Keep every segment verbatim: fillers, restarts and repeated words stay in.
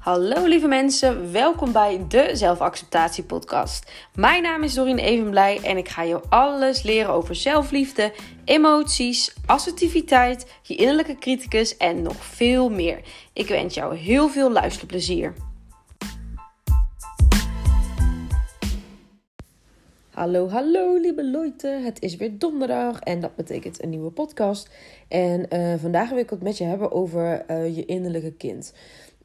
Hallo lieve mensen, welkom bij de Zelfacceptatie Podcast. Mijn naam is Dorien Evenblij en ik ga je alles leren over zelfliefde, emoties, assertiviteit, je innerlijke criticus en nog veel meer. Ik wens jou heel veel luisterplezier. Hallo, hallo lieve Leute, het is weer donderdag en dat betekent een nieuwe podcast. En uh, vandaag wil ik het met je hebben over uh, je innerlijke kind.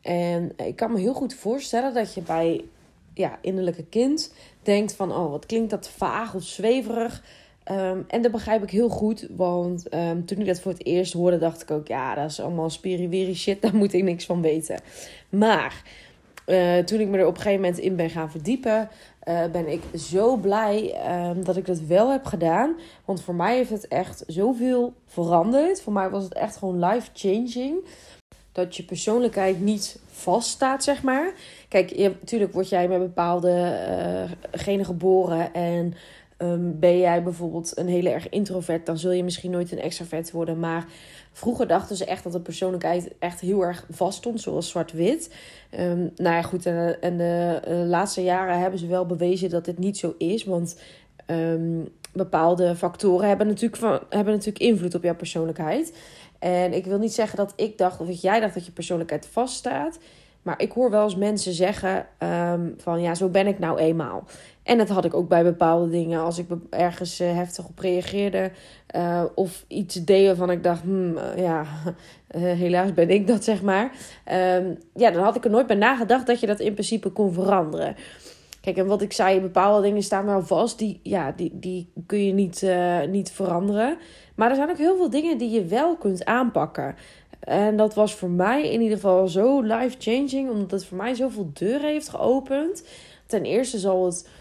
En ik kan me heel goed voorstellen dat je bij ja, innerlijke kind denkt van, oh, wat klinkt dat vaag of zweverig. Um, en dat begrijp ik heel goed, want um, toen ik dat voor het eerst hoorde, dacht ik ook, ja, dat is allemaal spiriwiri shit, daar moet ik niks van weten. Maar uh, toen ik me er op een gegeven moment in ben gaan verdiepen, uh, ben ik zo blij um, dat ik dat wel heb gedaan. Want voor mij heeft het echt zoveel veranderd. Voor mij was het echt gewoon life-changing. Dat je persoonlijkheid niet vaststaat, zeg maar. Kijk, je, natuurlijk word jij met bepaalde uh, genen geboren. En um, ben jij bijvoorbeeld een hele erg introvert, dan zul je misschien nooit een extravert worden. Maar vroeger dachten ze echt dat de persoonlijkheid echt heel erg vast stond, zoals zwart-wit. Um, nou ja, goed, en, en de uh, laatste jaren hebben ze wel bewezen dat dit niet zo is. Want um, bepaalde factoren hebben natuurlijk, van, hebben natuurlijk invloed op jouw persoonlijkheid. En ik wil niet zeggen dat ik dacht of dat jij dacht dat je persoonlijkheid vaststaat. Maar ik hoor wel eens mensen zeggen um, van ja, zo ben ik nou eenmaal. En dat had ik ook bij bepaalde dingen. Als ik ergens uh, heftig op reageerde uh, of iets deed waarvan ik dacht, hmm, uh, ja, uh, helaas ben ik dat, zeg maar. Um, ja, dan had ik er nooit bij nagedacht dat je dat in principe kon veranderen. Kijk, en wat ik zei, bepaalde dingen staan wel vast. Die, ja, die, die kun je niet, uh, niet veranderen. Maar er zijn ook heel veel dingen die je wel kunt aanpakken. En dat was voor mij in ieder geval zo life-changing. Omdat het voor mij zoveel deuren heeft geopend. Ten eerste zal het,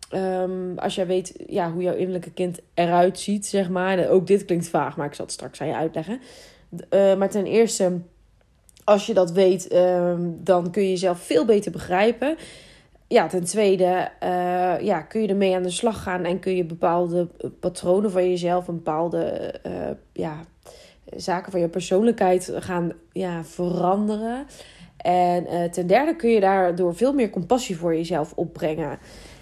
um, als jij weet ja, hoe jouw innerlijke kind eruit ziet, zeg maar. En ook dit klinkt vaag, maar ik zal het straks aan je uitleggen. Uh, maar ten eerste, als je dat weet, um, dan kun je jezelf veel beter begrijpen. Ja, ten tweede uh, ja, kun je ermee aan de slag gaan en kun je bepaalde patronen van jezelf, een bepaalde uh, ja, zaken van je persoonlijkheid gaan ja, veranderen. En uh, ten derde kun je daardoor veel meer compassie voor jezelf opbrengen.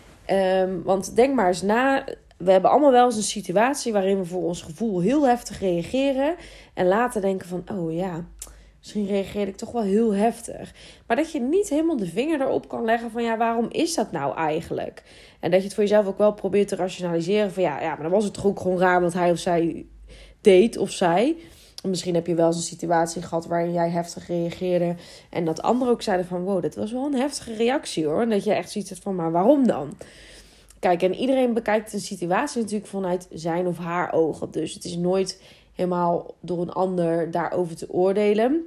Um, want denk maar eens na, we hebben allemaal wel eens een situatie waarin we voor ons gevoel heel heftig reageren. En later denken van, oh ja, misschien reageerde ik toch wel heel heftig. Maar dat je niet helemaal de vinger erop kan leggen van ja, waarom is dat nou eigenlijk? En dat je het voor jezelf ook wel probeert te rationaliseren van ja, ja maar dan was het toch ook gewoon raar wat hij of zij deed of zij. Misschien heb je wel eens een situatie gehad waarin jij heftig reageerde en dat anderen ook zeiden van wow, dit was wel een heftige reactie hoor. En dat je echt zoiets hebt van maar waarom dan? Kijk, en iedereen bekijkt een situatie natuurlijk vanuit zijn of haar ogen. Dus het is nooit helemaal door een ander daarover te oordelen.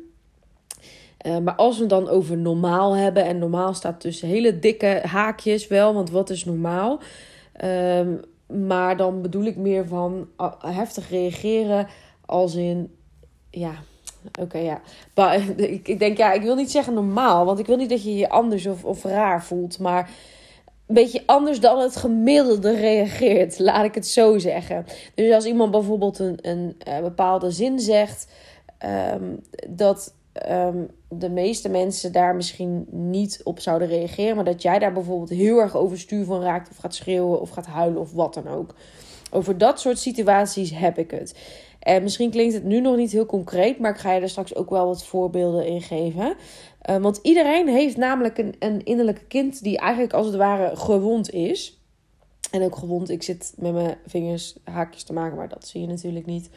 Uh, maar als we het dan over normaal hebben, en normaal staat tussen hele dikke haakjes wel, want wat is normaal? Um, maar dan bedoel ik meer van uh, heftig reageren als in, ja, oké, okay, ja. Maar, ik, ik denk, ja, ik wil niet zeggen normaal, want ik wil niet dat je je anders of, of raar voelt, maar een beetje anders dan het gemiddelde reageert, laat ik het zo zeggen. Dus als iemand bijvoorbeeld een, een, een bepaalde zin zegt, um, dat um, de meeste mensen daar misschien niet op zouden reageren, maar dat jij daar bijvoorbeeld heel erg overstuur van raakt of gaat schreeuwen of gaat huilen of wat dan ook. Over dat soort situaties heb ik het. En misschien klinkt het nu nog niet heel concreet, maar ik ga je er straks ook wel wat voorbeelden in geven. Uh, want iedereen heeft namelijk een, een innerlijke kind die eigenlijk als het ware gewond is. En ook gewond, ik zit met mijn vingers haakjes te maken, maar dat zie je natuurlijk niet.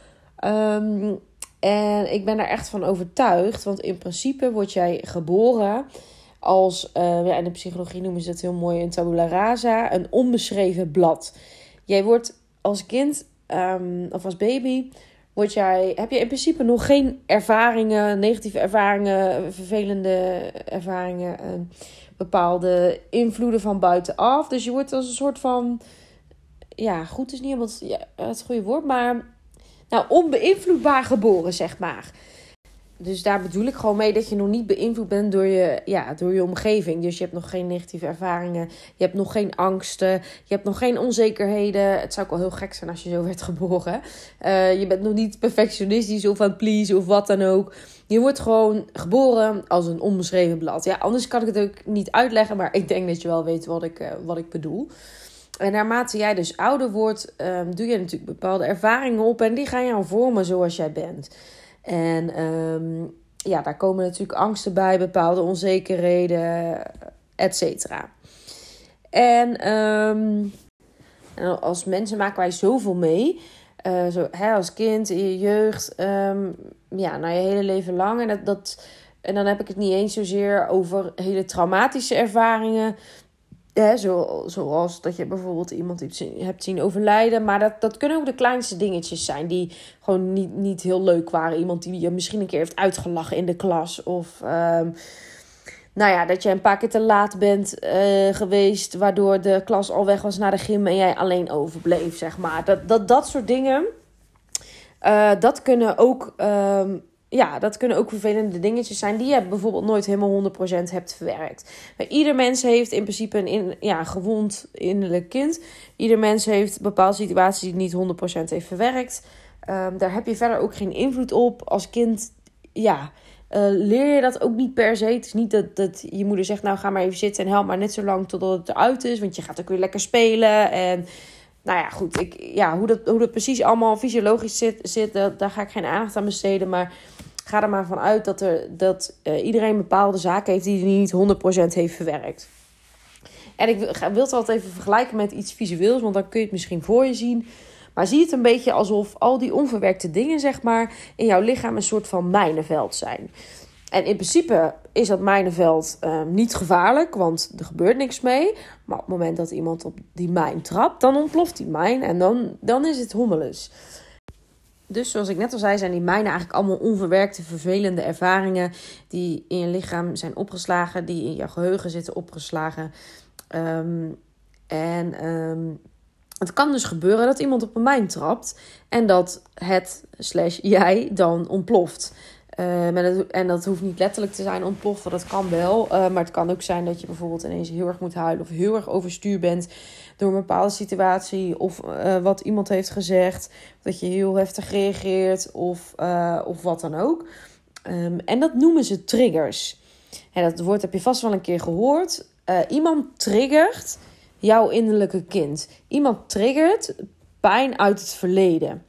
Um, en ik ben daar echt van overtuigd, want in principe word jij geboren als, uh, ja, in de psychologie noemen ze dat heel mooi een tabula rasa, een onbeschreven blad. Jij wordt als kind um, of als baby, word jij, heb je in principe nog geen ervaringen, negatieve ervaringen, vervelende ervaringen, uh, bepaalde invloeden van buitenaf. Dus je wordt als een soort van, ja, goed is niet helemaal ja, het goede woord, maar nou, onbeïnvloedbaar geboren, zeg maar. dus daar bedoel ik gewoon mee dat je nog niet beïnvloed bent door je, ja, door je omgeving. Dus je hebt nog geen negatieve ervaringen. Je hebt nog geen angsten. Je hebt nog geen onzekerheden. Het zou ook wel heel gek zijn als je zo werd geboren. Uh, je bent nog niet perfectionistisch of aan het pleasen of wat dan ook. Je wordt gewoon geboren als een onbeschreven blad. Ja, anders kan ik het ook niet uitleggen. Maar ik denk dat je wel weet wat ik, uh, wat ik bedoel. En naarmate jij dus ouder wordt, um, doe je natuurlijk bepaalde ervaringen op. En die gaan jou vormen zoals jij bent. En um, ja, daar komen natuurlijk angsten bij, bepaalde onzekerheden, et cetera. En, um, en als mensen maken wij zoveel mee. Uh, zo, hè, als kind, in je jeugd, um, ja, nou je hele leven lang. En, dat, dat, en dan heb ik het niet eens zozeer over hele traumatische ervaringen. Hè, zo, zoals dat je bijvoorbeeld iemand hebt zien overlijden. Maar dat, dat kunnen ook de kleinste dingetjes zijn die gewoon niet, niet heel leuk waren. Iemand die je misschien een keer heeft uitgelachen in de klas. Of um, nou ja, dat je een paar keer te laat bent uh, geweest, waardoor de klas al weg was naar de gym en jij alleen overbleef, zeg maar. Dat, dat, dat soort dingen, uh, dat kunnen ook... Um, Ja, dat kunnen ook vervelende dingetjes zijn die je bijvoorbeeld nooit helemaal honderd procent hebt verwerkt. Maar ieder mens heeft in principe een in, ja, gewond innerlijk kind. Ieder mens heeft bepaalde situaties die niet honderd procent heeft verwerkt. Um, daar heb je verder ook geen invloed op. Als kind, ja, uh, leer je dat ook niet per se. Het is niet dat, dat je moeder zegt, nou ga maar even zitten en help maar net zo lang totdat het eruit is. Want je gaat ook weer lekker spelen en... Nou ja, goed. Ik, ja, hoe, dat, hoe dat precies allemaal fysiologisch zit, zit dat, daar ga ik geen aandacht aan besteden. Maar ga er maar van uit dat, er, dat uh, iedereen bepaalde zaken heeft die hij niet honderd procent heeft verwerkt. En ik wil, wil het altijd even vergelijken met iets visueels, want dan kun je het misschien voor je zien. Maar zie het een beetje alsof al die onverwerkte dingen, zeg maar, in jouw lichaam een soort van mijnenveld zijn. En in principe is dat mijnenveld uh, niet gevaarlijk, want er gebeurt niks mee. Maar op het moment dat iemand op die mijn trapt, dan ontploft die mijn en dan, dan is het hommeles. Dus zoals ik net al zei, zijn die mijnen eigenlijk allemaal onverwerkte, vervelende ervaringen die in je lichaam zijn opgeslagen, die in je geheugen zitten opgeslagen. Um, en um, het kan dus gebeuren dat iemand op een mijn trapt en dat het slash jij dan ontploft. Uh, en, dat, en dat hoeft niet letterlijk te zijn ontploffen, dat kan wel. Uh, maar het kan ook zijn dat je bijvoorbeeld ineens heel erg moet huilen of heel erg overstuur bent door een bepaalde situatie of uh, wat iemand heeft gezegd. Dat je heel heftig reageert of, uh, of wat dan ook. Um, en dat noemen ze triggers. En dat woord heb je vast wel een keer gehoord. Uh, iemand triggert jouw innerlijke kind. Iemand triggert pijn uit het verleden.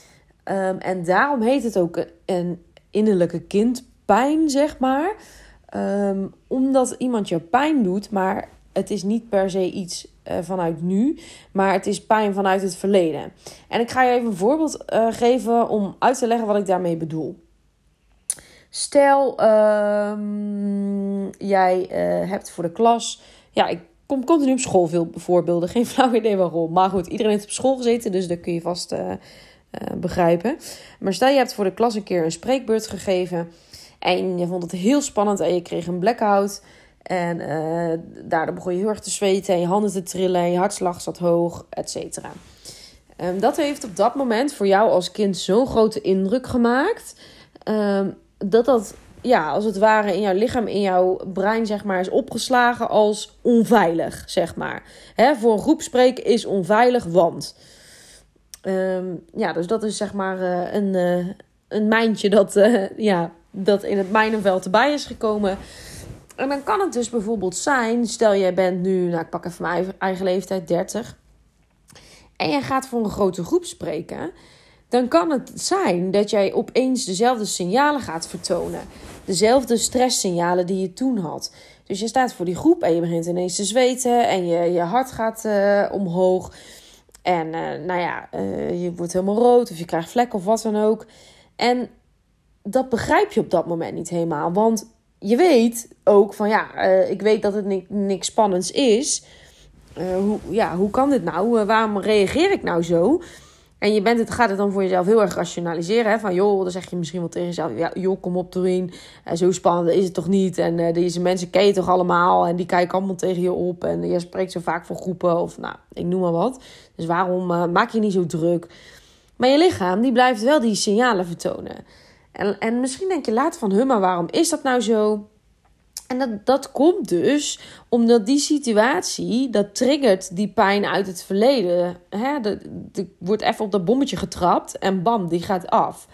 Um, en daarom heet het ook een innerlijke kindpijn, zeg maar. Um, omdat iemand je pijn doet, maar het is niet per se iets uh, vanuit nu, maar het is pijn vanuit het verleden. En ik ga je even een voorbeeld uh, geven om uit te leggen wat ik daarmee bedoel. Stel, um, jij uh, hebt voor de klas... Ja, ik kom continu op school veel voorbeelden. Geen flauw idee waarom. Maar goed, iedereen heeft op school gezeten, dus dat kun je vast... Uh, Uh, begrijpen. Maar stel je hebt voor de klas een keer een spreekbeurt gegeven en je vond het heel spannend en je kreeg een blackout en uh, daardoor begon je heel erg te zweten en je handen te trillen en je hartslag zat hoog, et cetera. Um, dat heeft op dat moment voor jou als kind zo'n grote indruk gemaakt um, dat dat, ja, als het ware in jouw lichaam, in jouw brein, zeg maar, is opgeslagen als onveilig, zeg maar. Hè, voor een groep spreken is onveilig, want... Um, ja, dus dat is zeg maar uh, een, uh, een mijntje dat, uh, ja, dat in het mijnenveld erbij is gekomen. En dan kan het dus bijvoorbeeld zijn, stel jij bent nu, nou ik pak even mijn eigen leeftijd, dertig. En jij gaat voor een grote groep spreken. Dan kan het zijn dat jij opeens dezelfde signalen gaat vertonen. Dezelfde stresssignalen die je toen had. Dus je staat voor die groep en je begint ineens te zweten en je, je hart gaat uh, omhoog. En uh, nou ja, uh, je wordt helemaal rood of je krijgt vlekken of wat dan ook. En dat begrijp je op dat moment niet helemaal. Want je weet ook van ja, uh, ik weet dat het ni- niks spannends is. Uh, hoe, ja, hoe kan dit nou? Uh, waarom reageer ik nou zo? En je bent het, gaat het dan voor jezelf heel erg rationaliseren. Hè? Van joh, dan zeg je misschien wel tegen jezelf. Ja, joh, kom op Doreen. Uh, zo spannend is het toch niet? En uh, deze mensen ken je toch allemaal? En die kijken allemaal tegen je op. En uh, je spreekt zo vaak voor groepen. Of nou, ik noem maar wat. Dus waarom uh, maak je niet zo druk? Maar je lichaam, die blijft wel die signalen vertonen. En, en misschien denk je later van, huh, maar waarom is dat nou zo? En dat, dat komt dus omdat die situatie, dat triggert die pijn uit het verleden. Hè? Er wordt even op dat bommetje getrapt en bam, die gaat af.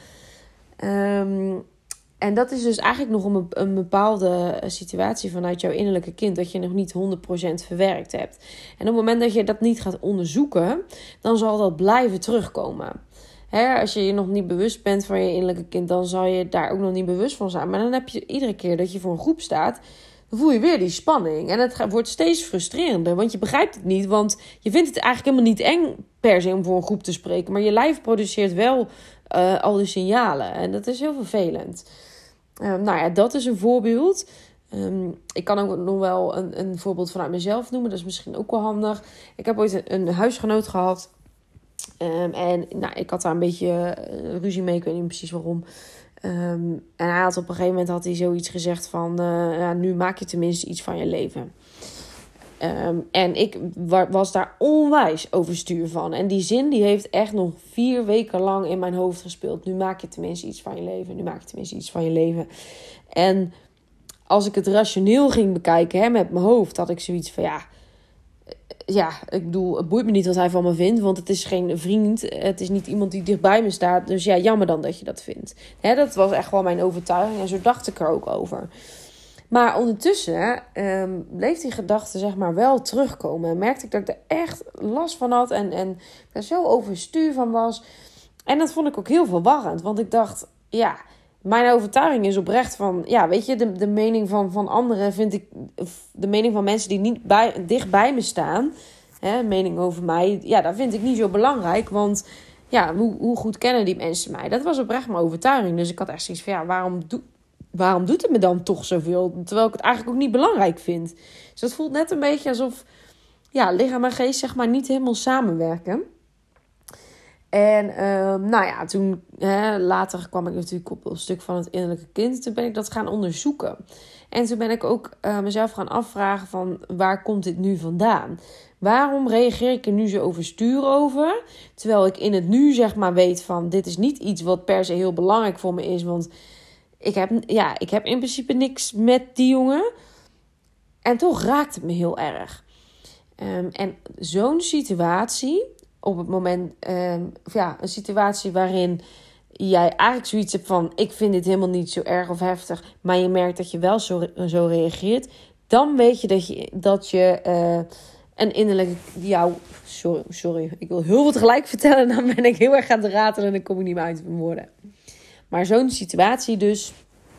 Um, en dat is dus eigenlijk nog een, een bepaalde situatie vanuit jouw innerlijke kind, dat je nog niet honderd procent verwerkt hebt. En op het moment dat je dat niet gaat onderzoeken, dan zal dat blijven terugkomen. Hè, als je je nog niet bewust bent van je innerlijke kind, dan zal je daar ook nog niet bewust van zijn. Maar dan heb je iedere keer dat je voor een groep staat, dan voel je weer die spanning. En het wordt steeds frustrerender, want je begrijpt het niet. Want je vindt het eigenlijk helemaal niet eng per se om voor een groep te spreken. Maar je lijf produceert wel uh, al die signalen. En dat is heel vervelend. Uh, nou ja, dat is een voorbeeld. Um, ik kan ook nog wel een, een voorbeeld vanuit mezelf noemen. Dat is misschien ook wel handig. Ik heb ooit een, een huisgenoot gehad. Um, en nou, ik had daar een beetje uh, ruzie mee. Ik weet niet precies waarom. Um, en hij had op een gegeven moment had hij zoiets gezegd van... Uh, ja, nu maak je tenminste iets van je leven. Um, en ik wa- was daar onwijs overstuur van. En die zin die heeft echt nog vier weken lang in mijn hoofd gespeeld. Nu maak je tenminste iets van je leven. Nu maak je tenminste iets van je leven. En als ik het rationeel ging bekijken, hè, met mijn hoofd, had ik zoiets van ja... Ja, ik bedoel, het boeit me niet wat hij van me vindt, want het is geen vriend. Het is niet iemand die dichtbij me staat. Dus ja, jammer dan dat je dat vindt. Hè, dat was echt wel mijn overtuiging en zo dacht ik er ook over. Maar ondertussen um, bleef die gedachte zeg maar wel terugkomen. En merkte ik dat ik er echt last van had en, en er zo overstuur van was. En dat vond ik ook heel verwarrend, want ik dacht, ja... Mijn overtuiging is oprecht van... Ja, weet je, de, de mening van, van anderen vind ik... De mening van mensen die niet bij, dicht bij me staan... Hè, mening over mij... Ja, dat vind ik niet zo belangrijk. Want ja, hoe, hoe goed kennen die mensen mij? Dat was oprecht mijn overtuiging. Dus ik had echt zoiets van... Ja, waarom, doe, waarom doet het me dan toch zoveel? Terwijl ik het eigenlijk ook niet belangrijk vind. Dus dat voelt net een beetje alsof... Ja, lichaam en geest zeg maar niet helemaal samenwerken. En um, nou ja, toen hè, later kwam ik natuurlijk op een stuk van het innerlijke kind. Toen ben ik dat gaan onderzoeken. En toen ben ik ook uh, mezelf gaan afvragen van waar komt dit nu vandaan? Waarom reageer ik er nu zo overstuur over? Terwijl ik in het nu zeg maar weet van dit is niet iets wat per se heel belangrijk voor me is. Want ik heb, ja, ik heb in principe niks met die jongen. En toch raakt het me heel erg. Um, en zo'n situatie... Op het moment, um, of ja, een situatie waarin jij eigenlijk zoiets hebt van... ik vind dit helemaal niet zo erg of heftig... maar je merkt dat je wel zo, zo reageert... dan weet je dat je, dat je uh, een innerlijke... jou, sorry, sorry, ik wil heel veel tegelijk vertellen... dan ben ik heel erg aan het ratelen en dan kom ik niet meer uit mijn woorden. Maar zo'n situatie dus...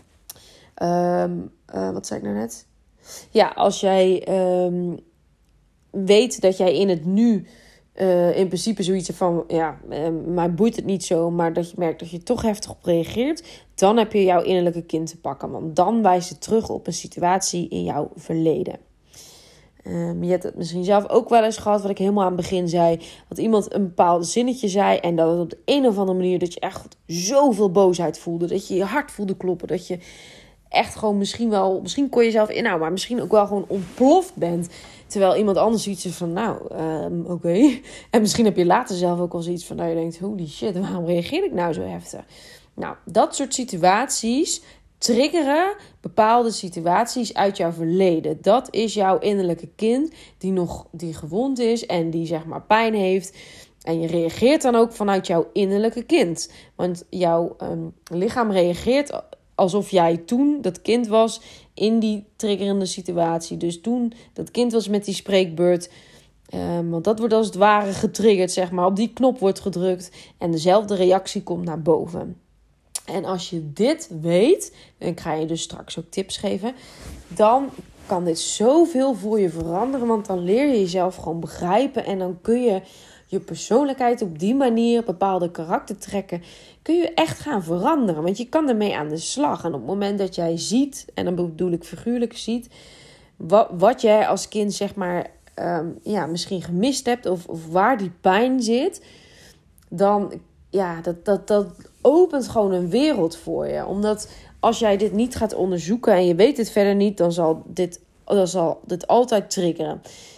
Um, uh, wat zei ik nou net? Ja, als jij um, weet dat jij in het nu... Uh, in principe zoiets van, ja, uh, maar boeit het niet zo... maar dat je merkt dat je toch heftig op reageert... dan heb je jouw innerlijke kind te pakken. Want dan wijst het terug op een situatie in jouw verleden. Um, je hebt het misschien zelf ook wel eens gehad... wat ik helemaal aan het begin zei... dat iemand een bepaald zinnetje zei... en dat het op de een of andere manier... dat je echt zoveel boosheid voelde... dat je je hart voelde kloppen... dat je echt gewoon misschien wel... misschien kon je zelf inhouden... maar misschien ook wel gewoon ontploft bent... Terwijl iemand anders iets is van, nou, um, oké. Okay. En misschien heb je later zelf ook al zoiets van... dat je denkt, holy shit, waarom reageer ik nou zo heftig? Nou, dat soort situaties triggeren bepaalde situaties uit jouw verleden. Dat is jouw innerlijke kind die nog die gewond is en die zeg maar pijn heeft. En je reageert dan ook vanuit jouw innerlijke kind. Want jouw um, lichaam reageert alsof jij toen dat kind was... in die triggerende situatie. Dus toen dat kind was met die spreekbeurt. Um, want dat wordt als het ware getriggerd, zeg maar. Op die knop wordt gedrukt. En dezelfde reactie komt naar boven. En als je dit weet, en ik ga je dus straks ook tips geven... dan kan dit zoveel voor je veranderen. Want dan leer je jezelf gewoon begrijpen. En dan kun je je persoonlijkheid op die manier, bepaalde karaktertrekken... kun je echt gaan veranderen. Want je kan ermee aan de slag. En op het moment dat jij ziet, en dan bedoel ik figuurlijk ziet... wat, wat jij als kind zeg maar um, ja, misschien gemist hebt... Of, of waar die pijn zit... dan ja, dat, dat, dat opent gewoon een wereld voor je. Omdat als jij dit niet gaat onderzoeken... en je weet het verder niet, dan zal dit, dan zal dit altijd triggeren.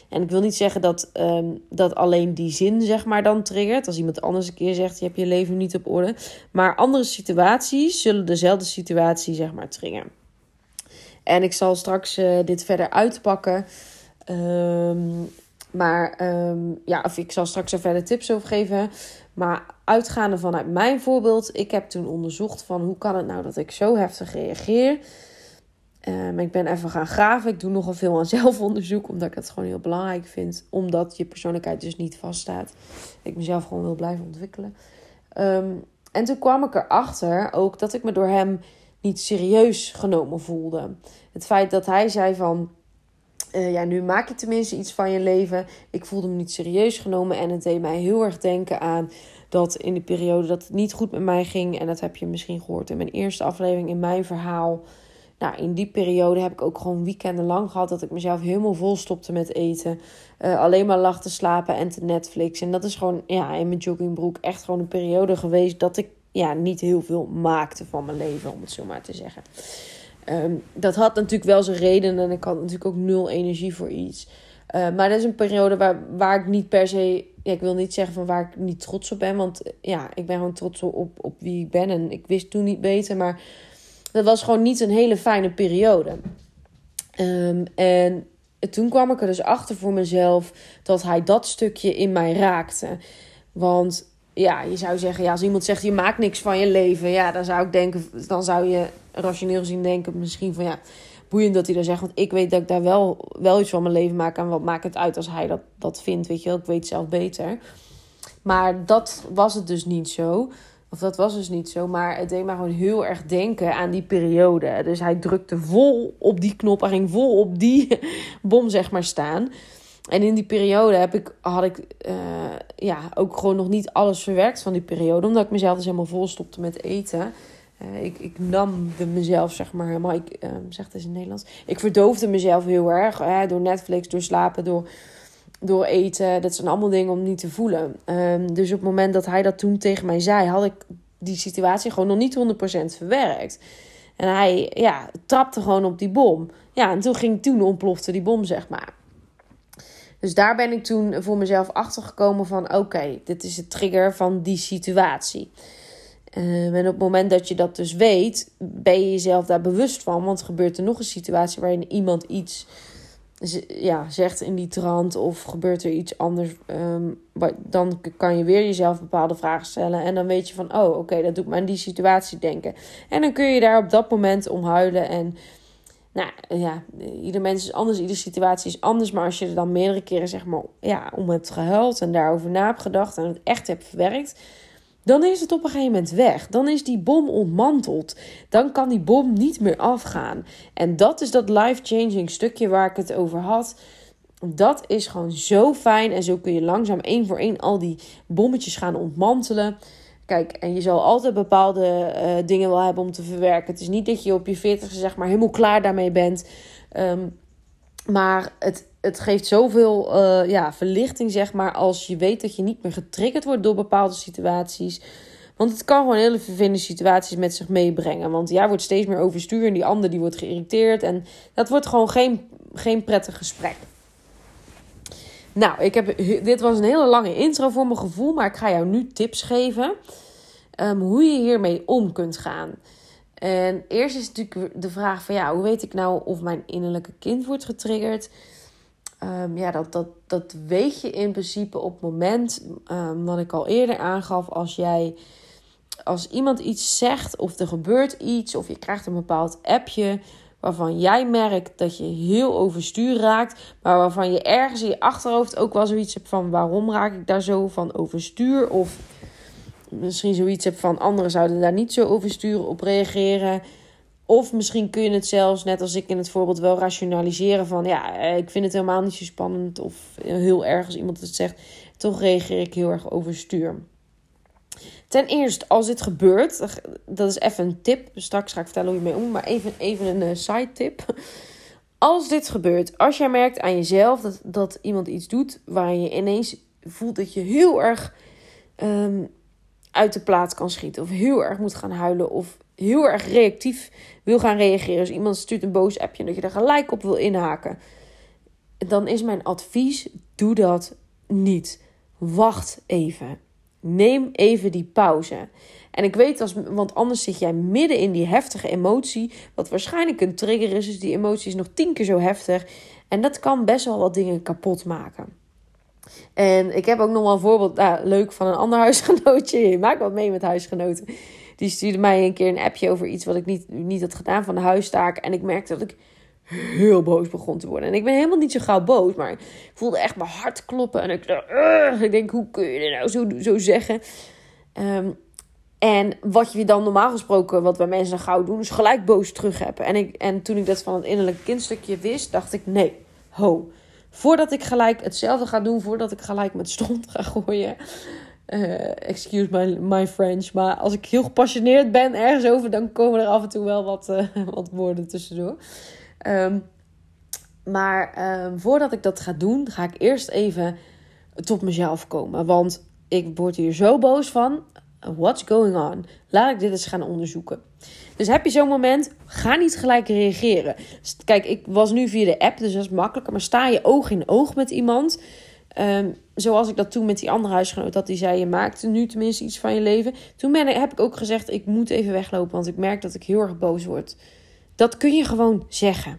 En ik wil niet zeggen dat, um, dat alleen die zin, zeg maar, dan triggert. Als iemand anders een keer zegt, je hebt je leven niet op orde. Maar andere situaties zullen dezelfde situatie, zeg maar, triggeren. En ik zal straks uh, dit verder uitpakken. Um, maar um, ja, of ik zal straks er verder tips over geven. Maar uitgaande vanuit mijn voorbeeld. Ik heb toen onderzocht van hoe kan het nou dat ik zo heftig reageer. Um, ik ben even gaan graven. Ik doe nogal veel aan zelfonderzoek. Omdat ik het gewoon heel belangrijk vind. Omdat je persoonlijkheid dus niet vaststaat. Ik mezelf gewoon wil blijven ontwikkelen. Um, en toen kwam ik erachter ook dat ik me door hem niet serieus genomen voelde. Het feit dat hij zei van... Uh, ja, nu maak je tenminste iets van je leven. Ik voelde me niet serieus genomen. En het deed mij heel erg denken aan dat in de periode dat het niet goed met mij ging. En dat heb je misschien gehoord in mijn eerste aflevering in mijn verhaal. Nou, in die periode heb ik ook gewoon weekenden lang gehad dat ik mezelf helemaal vol stopte met eten. Uh, alleen maar lag te slapen en te Netflix. En dat is gewoon, ja, in mijn joggingbroek echt gewoon een periode geweest dat ik ja, niet heel veel maakte van mijn leven, om het zo maar te zeggen. Um, dat had natuurlijk wel zijn reden en ik had natuurlijk ook nul energie voor iets. Uh, maar dat is een periode waar, waar ik niet per se... Ja, ik wil niet zeggen van waar ik niet trots op ben. Want ja, ik ben gewoon trots op, op wie ik ben. En ik wist toen niet beter. Maar dat was gewoon niet een hele fijne periode. Um, en toen kwam ik er dus achter voor mezelf dat hij dat stukje in mij raakte. Want ja, je zou zeggen, ja, als iemand zegt je maakt niks van je leven. Ja, dan zou ik denken, dan zou je rationeel gezien denken misschien van ja, boeiend dat hij dat zegt. Want ik weet dat ik daar wel, wel iets van mijn leven maak. En wat maakt het uit als hij dat, dat vindt, weet je wel. Ik weet zelf beter. Maar dat was het dus niet zo. Of dat was dus niet zo. Maar het deed me gewoon heel erg denken aan die periode. Dus hij drukte vol op die knop. Hij ging vol op die bom, zeg maar, staan. En in die periode heb ik, had ik uh, ja, ook gewoon nog niet alles verwerkt van die periode. Omdat ik mezelf dus helemaal vol stopte met eten. Uh, ik, ik nam mezelf, zeg maar, helemaal... Ik uh, zeg het eens in het Nederlands. Ik verdoofde mezelf heel erg. Uh, door Netflix, door slapen, door, door eten. Dat zijn allemaal dingen om niet te voelen. Uh, dus op het moment dat hij dat toen tegen mij zei, had ik die situatie gewoon nog niet honderd procent verwerkt. En hij, ja, trapte gewoon op die bom. Ja, en toen ging, toen ontplofte die bom, zeg maar. Dus daar ben ik toen voor mezelf achtergekomen van oké, okay, dit is de trigger van die situatie. Uh, en op het moment dat je dat dus weet, ben je jezelf daar bewust van. Want gebeurt er nog een situatie waarin iemand iets ja, zegt in die trant of gebeurt er iets anders. Um, dan kan je weer jezelf bepaalde vragen stellen. En dan weet je van, oh oké, okay, dat doet me aan die situatie denken. En dan kun je daar op dat moment om huilen. En nou ja, ieder mens is anders, iedere situatie is anders. Maar als je er dan meerdere keren zeg maar ja, om hebt gehuild en daarover na hebt gedacht en het echt hebt verwerkt, dan is het op een gegeven moment weg. Dan is die bom ontmanteld. Dan kan die bom niet meer afgaan. En dat is dat life-changing stukje waar ik het over had. Dat is gewoon zo fijn. En zo kun je langzaam één voor één al die bommetjes gaan ontmantelen. Kijk, en je zal altijd bepaalde uh, dingen wel hebben om te verwerken. Het is niet dat je op je veertigste zeg maar helemaal klaar daarmee bent. Um, maar het, het geeft zoveel uh, ja, verlichting, zeg maar, als je weet dat je niet meer getriggerd wordt door bepaalde situaties. Want het kan gewoon hele vervelende situaties met zich meebrengen. Want jij wordt steeds meer overstuur en die ander die wordt geïrriteerd. En dat wordt gewoon geen, geen prettig gesprek. Nou, ik heb, dit was een hele lange intro voor mijn gevoel. Maar ik ga jou nu tips geven um, hoe je hiermee om kunt gaan. En eerst is natuurlijk de vraag van ja, hoe weet ik nou of mijn innerlijke kind wordt getriggerd? Um, ja, dat, dat, dat weet je in principe op het moment, um, wat ik al eerder aangaf, als jij, als iemand iets zegt of er gebeurt iets of je krijgt een bepaald appje waarvan jij merkt dat je heel overstuur raakt, maar waarvan je ergens in je achterhoofd ook wel zoiets hebt van waarom raak ik daar zo van overstuur? Of misschien zoiets hebt van anderen zouden daar niet zo overstuur op reageren. Of misschien kun je het zelfs, net als ik in het voorbeeld, wel rationaliseren van ja, ik vind het helemaal niet zo spannend of heel erg als iemand het zegt. Toch reageer ik heel erg overstuur. Ten eerste, als dit gebeurt, dat is even een tip. Straks ga ik vertellen hoe je mee om, maar even, even een uh, side tip. Als dit gebeurt, als jij merkt aan jezelf dat, dat iemand iets doet waarin je ineens voelt dat je heel erg um, uit de plaats kan schieten of heel erg moet gaan huilen of heel erg reactief wil gaan reageren. Als iemand stuurt een boos appje en dat je er gelijk op wil inhaken. dan is mijn advies, doe dat niet. Wacht even. Neem even die pauze. En ik weet, als, want anders zit jij midden in die heftige emotie, wat waarschijnlijk een trigger is, dus die emotie is nog tien keer zo heftig. En dat kan best wel wat dingen kapot maken. En ik heb ook nog wel een voorbeeld, nou, leuk, van een ander huisgenootje. Je maakt wat mee met huisgenoten. Die stuurde mij een keer een appje over iets wat ik niet, niet had gedaan van de huistaak. En ik merkte dat ik heel boos begon te worden. En ik ben helemaal niet zo gauw boos, maar ik voelde echt mijn hart kloppen. En ik dacht, uh, ik denk, hoe kun je dit nou zo, zo zeggen? Um, en wat je dan normaal gesproken, wat wij mensen gauw doen, is gelijk boos terug hebben. En, ik, en toen ik dat van het innerlijke kindstukje wist, dacht ik, nee, ho. Voordat ik gelijk hetzelfde ga doen, voordat ik gelijk met stront ga gooien. Uh, excuse my, my French, maar als ik heel gepassioneerd ben ergens over, dan komen er af en toe wel wat, uh, wat woorden tussendoor. Um, maar um, voordat ik dat ga doen, ga ik eerst even tot mezelf komen. Want ik word hier zo boos van. What's going on? Laat ik dit eens gaan onderzoeken. Dus heb je zo'n moment, ga niet gelijk reageren. Kijk, ik was nu via de app, dus dat is makkelijker. Maar sta je oog in oog met iemand. Um, zoals ik dat toen met die andere huisgenoot had. Die zei, je maakt nu tenminste iets van je leven. Toen ben ik, heb ik ook gezegd, ik moet even weglopen. Want ik merk dat ik heel erg boos word. Dat kun je gewoon zeggen.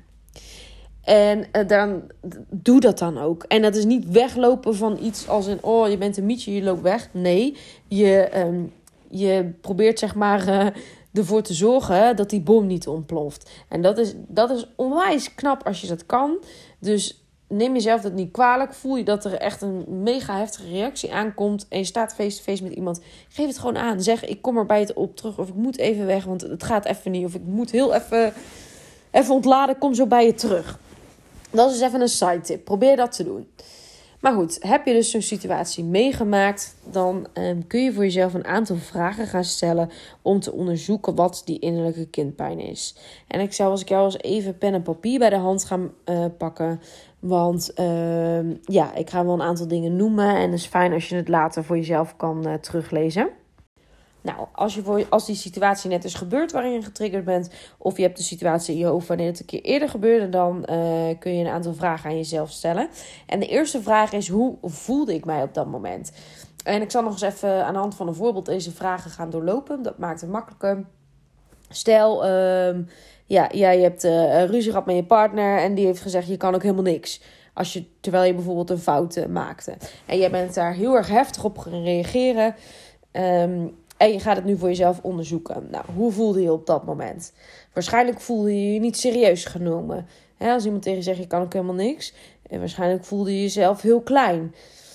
En uh, dan doe dat dan ook. En dat is niet weglopen van iets als een, oh, je bent een mietje, je loopt weg. Nee, je, um, je probeert zeg maar uh, ervoor te zorgen dat die bom niet ontploft. En dat is, dat is onwijs knap als je dat kan. Dus neem jezelf dat niet kwalijk. Voel je dat er echt een mega heftige reactie aankomt en je staat face-to-face met iemand. Geef het gewoon aan. Zeg, ik kom er bij het op terug of ik moet even weg, want het gaat even niet. Of ik moet heel even, even ontladen, kom zo bij je terug. Dat is even een side tip. Probeer dat te doen. Maar goed, heb je dus zo'n situatie meegemaakt, dan um, kun je voor jezelf een aantal vragen gaan stellen om te onderzoeken wat die innerlijke kindpijn is. En ik zou als ik jou eens even pen en papier bij de hand gaan uh, pakken. Want uh, ja, ik ga wel een aantal dingen noemen en het is fijn als je het later voor jezelf kan uh, teruglezen. Nou, als, je voor, als die situatie net is gebeurd waarin je getriggerd bent, of je hebt de situatie in je hoofd wanneer het een keer eerder gebeurde, dan uh, kun je een aantal vragen aan jezelf stellen. En de eerste vraag is, hoe voelde ik mij op dat moment? En ik zal nog eens even aan de hand van een voorbeeld deze vragen gaan doorlopen. Dat maakt het makkelijker. Stel, uh, ja, jij hebt uh, ruzie gehad met je partner en die heeft gezegd, je kan ook helemaal niks. Als je, terwijl je bijvoorbeeld een fout uh, maakte. En jij bent daar heel erg heftig op gaan reageren. Um, En je gaat het nu voor jezelf onderzoeken. Nou, hoe voelde je op dat moment? Waarschijnlijk voelde je je niet serieus genomen. He, als iemand tegen je zegt, je kan ook helemaal niks. En waarschijnlijk voelde je jezelf heel klein.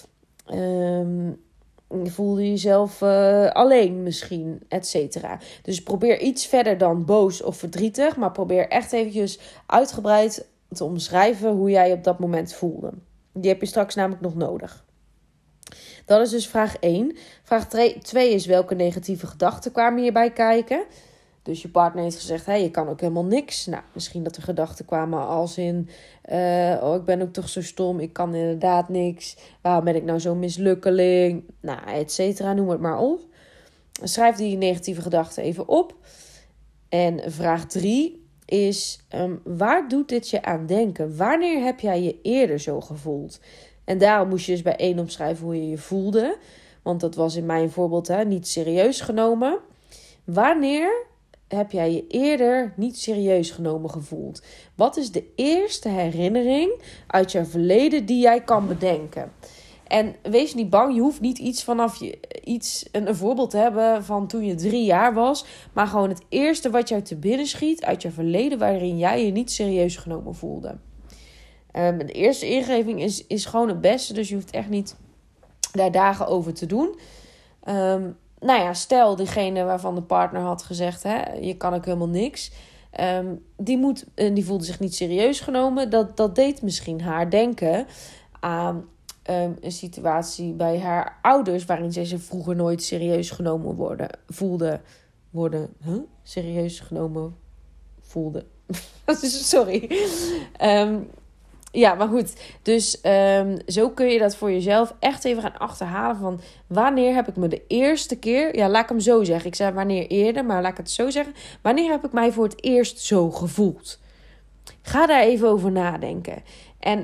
Um, je voelde jezelf uh, alleen misschien, et cetera. Dus probeer iets verder dan boos of verdrietig. Maar probeer echt eventjes uitgebreid te omschrijven hoe jij je op dat moment voelde. Die heb je straks namelijk nog nodig. Dat is dus vraag één. Vraag twee is, welke negatieve gedachten kwamen hierbij kijken? Dus je partner heeft gezegd, hey, je kan ook helemaal niks. Nou, misschien dat er gedachten kwamen als in, uh, oh, ik ben ook toch zo stom, ik kan inderdaad niks. Waarom ben ik nou zo'n mislukkeling? Nou, et cetera, noem het maar op. Schrijf die negatieve gedachten even op. En vraag drie is, um, waar doet dit je aan denken? Wanneer heb jij je eerder zo gevoeld? En daarom moest je dus bij één omschrijven hoe je je voelde. Want dat was in mijn voorbeeld hè, niet serieus genomen. Wanneer heb jij je eerder niet serieus genomen gevoeld? Wat is de eerste herinnering uit jouw verleden die jij kan bedenken? En wees niet bang, je hoeft niet iets vanaf je, iets, een, een voorbeeld te hebben van toen je drie jaar was. Maar gewoon het eerste wat jou te binnen schiet uit je verleden waarin jij je niet serieus genomen voelde. Um, de eerste ingeving is, is gewoon het beste. Dus je hoeft echt niet daar dagen over te doen. Um, nou ja, stel diegene waarvan de partner had gezegd, hè, je kan ook helemaal niks. Um, die, moet, die voelde zich niet serieus genomen. Dat, dat deed misschien haar denken aan um, een situatie bij haar ouders waarin zij zich vroeger nooit serieus genomen worden, voelde. Worden, huh? Serieus genomen voelde. Sorry. Um, Ja, maar goed. Dus um, zo kun je dat voor jezelf echt even gaan achterhalen van wanneer heb ik me de eerste keer, ja, laat ik hem zo zeggen. Ik zei wanneer eerder, maar laat ik het zo zeggen. Wanneer heb ik mij voor het eerst zo gevoeld? Ga daar even over nadenken. En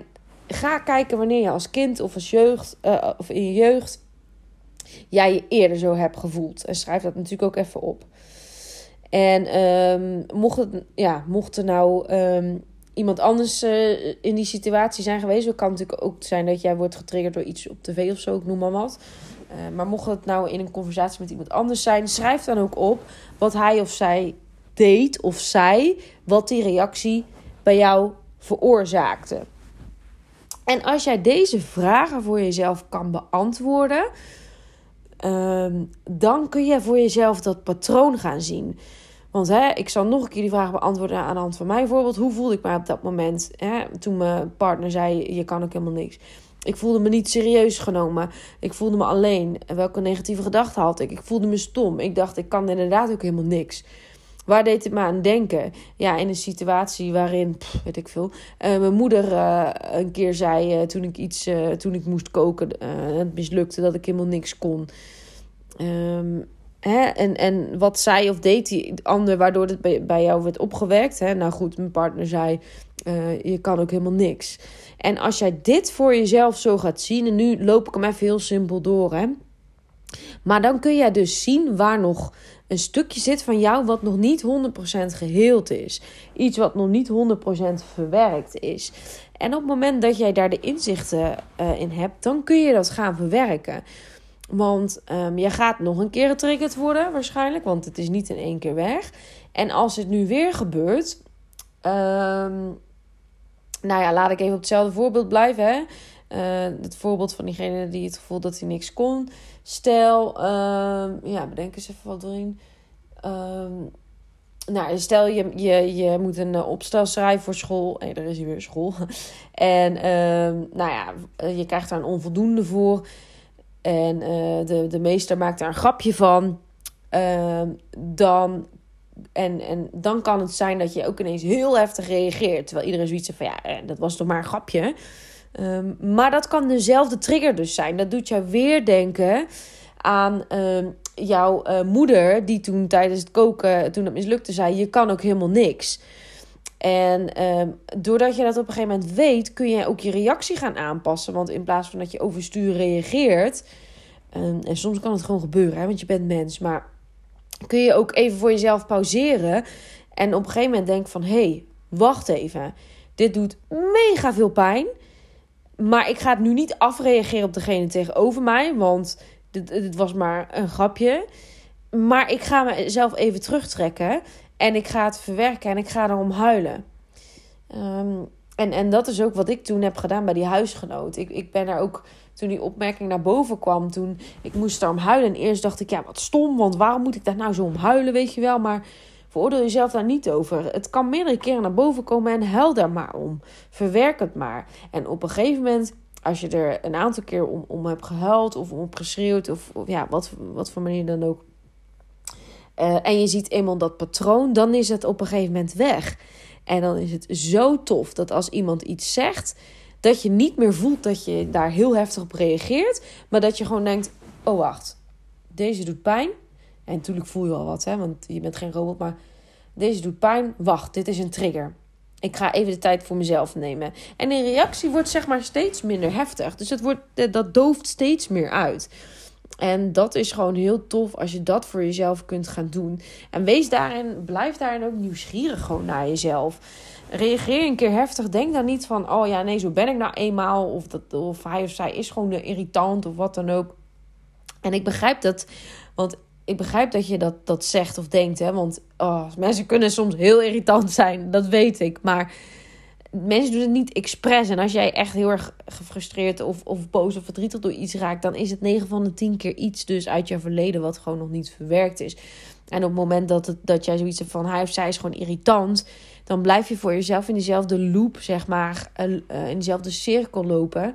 ga kijken wanneer je als kind of als jeugd, uh, of in je jeugd, jij je eerder zo hebt gevoeld. En schrijf dat natuurlijk ook even op. En um, mocht, het, ja, mocht er nou um, iemand anders uh, in die situatie zijn geweest. Het kan natuurlijk ook zijn dat jij wordt getriggerd door iets op tv of zo. Ik noem maar wat. Uh, maar mocht het nou in een conversatie met iemand anders zijn. Schrijf dan ook op wat hij of zij deed of zei. Wat die reactie bij jou veroorzaakte. En als jij deze vragen voor jezelf kan beantwoorden. Um, dan kun je voor jezelf dat patroon gaan zien. Want hè, ik zal nog een keer die vraag beantwoorden aan de hand van mijn voorbeeld. Hoe voelde ik me op dat moment? Hè, toen mijn partner zei, je kan ook helemaal niks. Ik voelde me niet serieus genomen. Ik voelde me alleen. Welke negatieve gedachten had ik? Ik voelde me stom. Ik dacht, ik kan inderdaad ook helemaal niks. Waar deed het me aan denken? Ja, in een situatie waarin, pff, weet ik veel, uh, mijn moeder uh, een keer zei, uh, toen ik iets, uh, toen ik moest koken, uh, het mislukte, dat ik helemaal niks kon. Um, hè? En, en wat zei of deed die ander, waardoor het bij, bij jou werd opgewekt? Hè? Nou goed, mijn partner zei, uh, je kan ook helemaal niks. En als jij dit voor jezelf zo gaat zien, en nu loop ik hem even heel simpel door, hè. Maar dan kun je dus zien waar nog een stukje zit van jou wat nog niet honderd procent geheeld is. Iets wat nog niet honderd procent verwerkt is. En op het moment dat jij daar de inzichten uh, in hebt, dan kun je dat gaan verwerken. Want um, je gaat nog een keer getriggerd worden waarschijnlijk, want het is niet in één keer weg. En als het nu weer gebeurt, um, nou ja, laat ik even op hetzelfde voorbeeld blijven, hè. Uh, het voorbeeld van diegene die het gevoel dat hij niks kon. Stel, um, ja, bedenk eens even wat erin. Um, nou, stel je, je, je moet een opstel schrijven voor school. Nee, er is hier weer school. En um, nou ja, je krijgt daar een onvoldoende voor. En uh, de, de meester maakt daar een grapje van. Uh, dan, en, en dan kan het zijn dat je ook ineens heel heftig reageert. Terwijl iedereen zoiets zegt van ja, dat was toch maar een grapje. Um, maar dat kan dezelfde trigger dus zijn. Dat doet jou weer denken aan um, jouw uh, moeder, die toen tijdens het koken, toen het mislukte, zei, je kan ook helemaal niks. En um, doordat je dat op een gegeven moment weet, kun je ook je reactie gaan aanpassen. Want in plaats van dat je overstuur reageert, um, en soms kan het gewoon gebeuren, hè, want je bent mens, maar kun je ook even voor jezelf pauzeren en op een gegeven moment denken van, hé, hey, wacht even, dit doet mega veel pijn. Maar ik ga het nu niet afreageren op degene tegenover mij. Want dit, dit was maar een grapje. Maar ik ga mezelf even terugtrekken. En ik ga het verwerken. En ik ga erom huilen. Um, en, en dat is ook wat ik toen heb gedaan bij die huisgenoot. Ik, ik ben er ook, toen die opmerking naar boven kwam. Toen ik moest daarom huilen. En eerst dacht ik, ja, wat stom. Want waarom moet ik daar nou zo om huilen, weet je wel. Maar veroordeel jezelf daar niet over. Het kan meerdere keren naar boven komen en huil daar maar om. Verwerk het maar. En op een gegeven moment, als je er een aantal keer om, om hebt gehuild of om geschreeuwd of, of ja, wat, wat voor manier dan ook. Uh, en je ziet eenmaal dat patroon, dan is het op een gegeven moment weg. En dan is het zo tof dat als iemand iets zegt, dat je niet meer voelt dat je daar heel heftig op reageert, maar dat je gewoon denkt, oh wacht, deze doet pijn. En natuurlijk voel je wel wat, hè, want je bent geen robot, maar deze doet pijn. Wacht, dit is een trigger. Ik ga even de tijd voor mezelf nemen. En de reactie wordt zeg maar steeds minder heftig. Dus het wordt, dat dooft steeds meer uit. En dat is gewoon heel tof als je dat voor jezelf kunt gaan doen. En wees daarin, blijf daarin ook nieuwsgierig gewoon naar jezelf. Reageer een keer heftig. Denk dan niet van, oh ja, nee, zo ben ik nou eenmaal. Of, dat, of hij of zij is gewoon irritant of wat dan ook. En ik begrijp dat, want ik begrijp dat je dat, dat zegt of denkt. Hè? Want oh, mensen kunnen soms heel irritant zijn, dat weet ik. Maar mensen doen het niet expres. En als jij echt heel erg gefrustreerd of, of boos of verdrietig door iets raakt, dan is het negen van de tien keer iets dus uit je verleden wat gewoon nog niet verwerkt is. En op het moment dat, het, dat jij zoiets hebt van hij of zij is gewoon irritant, dan blijf je voor jezelf in dezelfde loop, zeg maar, uh, in dezelfde cirkel lopen.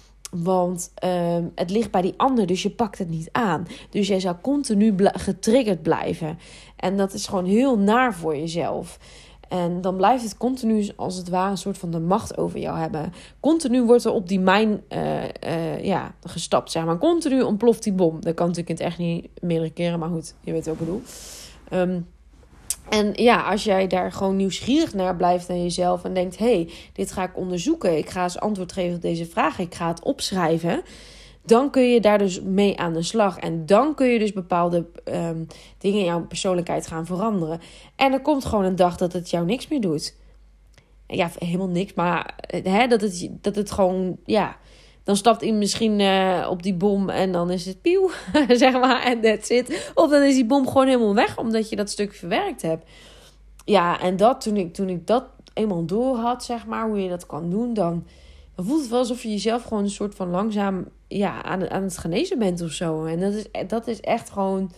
Want uh, het ligt bij die ander, dus je pakt het niet aan. Dus jij zou continu bl- getriggerd blijven. En dat is gewoon heel naar voor jezelf. En dan blijft het continu, als het ware, een soort van de macht over jou hebben. Continu wordt er op die mijn uh, uh, ja, gestapt, zeg maar. Continu ontploft die bom. Dat kan natuurlijk in het echt niet meerdere keren, maar goed, je weet wat ik bedoel. Um, En ja, als jij daar gewoon nieuwsgierig naar blijft aan jezelf en denkt, hé, hey, dit ga ik onderzoeken. Ik ga eens antwoord geven op deze vraag. Ik ga het opschrijven. Dan kun je daar dus mee aan de slag. En dan kun je dus bepaalde um, dingen in jouw persoonlijkheid gaan veranderen. En er komt gewoon een dag dat het jou niks meer doet. Ja, helemaal niks. Maar hè, dat, het, dat het gewoon, ja... Dan stapt iemand misschien uh, op die bom en dan is het pieuw, zeg maar, en that's it. Of dan is die bom gewoon helemaal weg, omdat je dat stuk verwerkt hebt. Ja, en dat, toen ik, toen ik dat eenmaal door had, zeg maar, hoe je dat kan doen, dan, dan voelt het wel alsof je jezelf gewoon een soort van langzaam ja, aan, aan het genezen bent of zo. En dat is, dat is echt gewoon,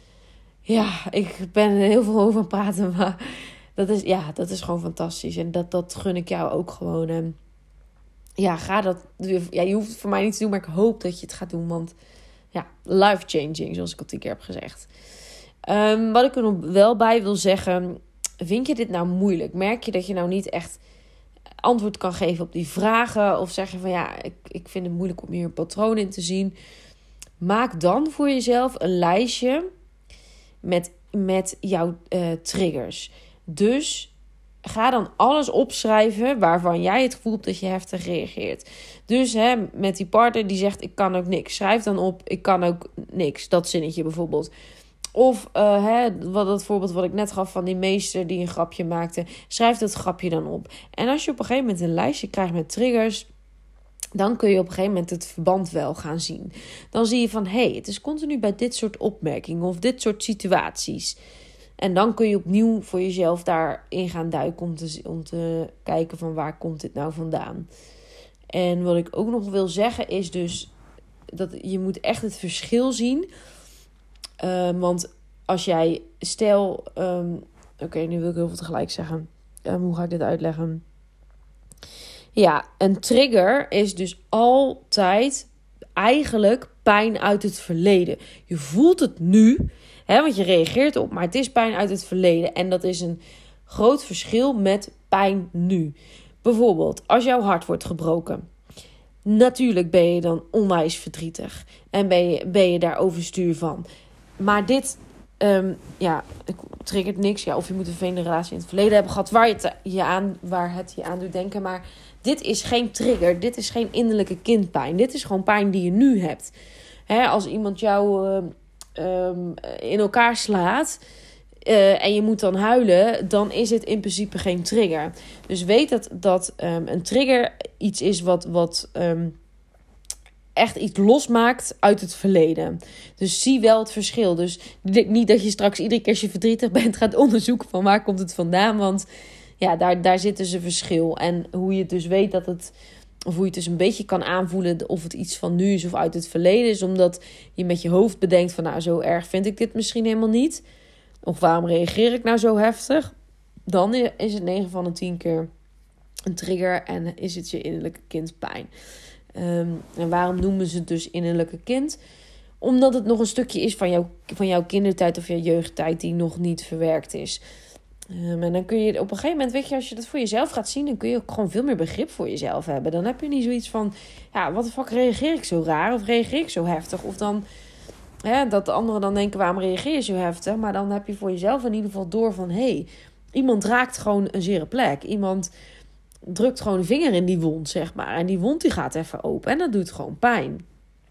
ja, ik ben er heel veel over aan het praten, maar dat is, ja, dat is gewoon fantastisch. En dat, dat gun ik jou ook gewoon. En ja, ga dat. Ja, je hoeft het voor mij niet te doen, maar ik hoop dat je het gaat doen. Want ja, life-changing, zoals ik al tien keer heb gezegd. Um, wat ik er nog wel bij wil zeggen. Vind je dit nou moeilijk? Merk je dat je nou niet echt antwoord kan geven op die vragen? Of zeg je van ja, ik, ik vind het moeilijk om hier een patroon in te zien. Maak dan voor jezelf een lijstje met, met jouw uh, triggers. Dus ga dan alles opschrijven waarvan jij het gevoel hebt dat je heftig reageert. Dus hè, met die partner die zegt ik kan ook niks. Schrijf dan op ik kan ook niks. Dat zinnetje bijvoorbeeld. Of uh, hè, wat dat voorbeeld wat ik net gaf van die meester die een grapje maakte. Schrijf dat grapje dan op. En als je op een gegeven moment een lijstje krijgt met triggers, dan kun je op een gegeven moment het verband wel gaan zien. Dan zie je van hé, hey, het is continu bij dit soort opmerkingen of dit soort situaties. En dan kun je opnieuw voor jezelf daarin gaan duiken om te, om te kijken van waar komt dit nou vandaan. En wat ik ook nog wil zeggen is dus dat je moet echt het verschil zien. Um, want als jij stel, um, oké, okay, nu wil ik heel veel tegelijk zeggen. Um, hoe ga ik dit uitleggen? Ja, een trigger is dus altijd eigenlijk pijn uit het verleden. Je voelt het nu. He, want je reageert op, maar het is pijn uit het verleden. En dat is een groot verschil met pijn nu. Bijvoorbeeld, als jouw hart wordt gebroken. Natuurlijk ben je dan onwijs verdrietig. En ben je, ben je daar overstuur van. Maar dit, um, ja, triggert niks. Ja, of je moet een vervelende relatie in het verleden hebben gehad. Waar, je te, je aan, waar het je aan doet denken. Maar dit is geen trigger. Dit is geen innerlijke kindpijn. Dit is gewoon pijn die je nu hebt. He, als iemand jou Uh, Um, in elkaar slaat uh, en je moet dan huilen, dan is het in principe geen trigger. Dus weet dat, dat um, een trigger iets is wat, wat um, echt iets losmaakt uit het verleden. Dus zie wel het verschil. Dus niet dat je straks iedere keer als je verdrietig bent gaat onderzoeken van waar komt het vandaan, want ja, daar, daar zit dus een verschil. En hoe je dus weet dat het, of hoe je het dus een beetje kan aanvoelen of het iets van nu is of uit het verleden is. Omdat je met je hoofd bedenkt van nou, zo erg vind ik dit misschien helemaal niet. Of waarom reageer ik nou zo heftig? Dan is het negen van de tien keer een trigger en is het je innerlijke kind pijn. Um, en waarom noemen ze het dus innerlijke kind? Omdat het nog een stukje is van, jou, van jouw kindertijd of jouw jeugdtijd die nog niet verwerkt is. Um, en dan kun je op een gegeven moment, weet je, als je dat voor jezelf gaat zien, dan kun je ook gewoon veel meer begrip voor jezelf hebben. Dan heb je niet zoiets van, ja, wat de fuck reageer ik zo raar of reageer ik zo heftig? Of dan, hè, dat de anderen dan denken, waarom reageer je zo heftig? Maar dan heb je voor jezelf in ieder geval door van, hé, hey, iemand raakt gewoon een zere plek. Iemand drukt gewoon een vinger in die wond, zeg maar. En die wond die gaat even open en dat doet gewoon pijn.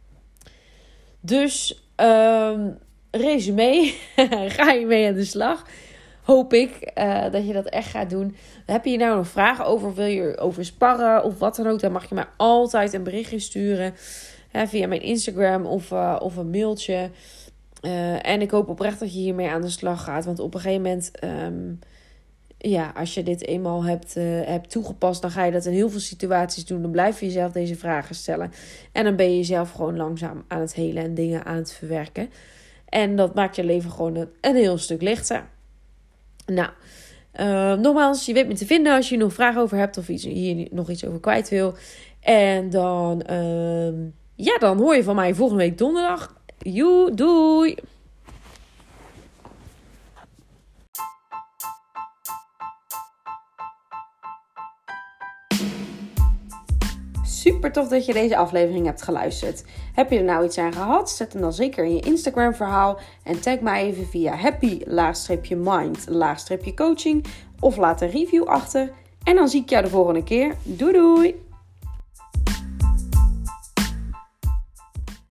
Dus, um, resume, ga je mee aan de slag? Hoop ik uh, dat je dat echt gaat doen. Heb je hier nou nog vragen over? Wil je erover sparren of wat dan ook? Dan mag je mij altijd een berichtje sturen. Hè, via mijn Instagram of, uh, of een mailtje. Uh, en ik hoop oprecht dat je hiermee aan de slag gaat. Want op een gegeven moment, Um, ja, als je dit eenmaal hebt, uh, hebt toegepast, dan ga je dat in heel veel situaties doen. Dan blijf je jezelf deze vragen stellen. En dan ben je jezelf gewoon langzaam aan het helen en dingen aan het verwerken. En dat maakt je leven gewoon een, een heel stuk lichter. Nou, uh, nogmaals, je weet me te vinden als je nog vragen over hebt of iets, hier nog iets over kwijt wil. En dan, uh, ja, dan hoor je van mij volgende week donderdag. Joe, doei! Super tof dat je deze aflevering hebt geluisterd. Heb je er nou iets aan gehad? Zet hem dan zeker in je Instagram verhaal. En tag mij even via happy-mind-coaching. Of laat een review achter. En dan zie ik jou de volgende keer. Doei doei!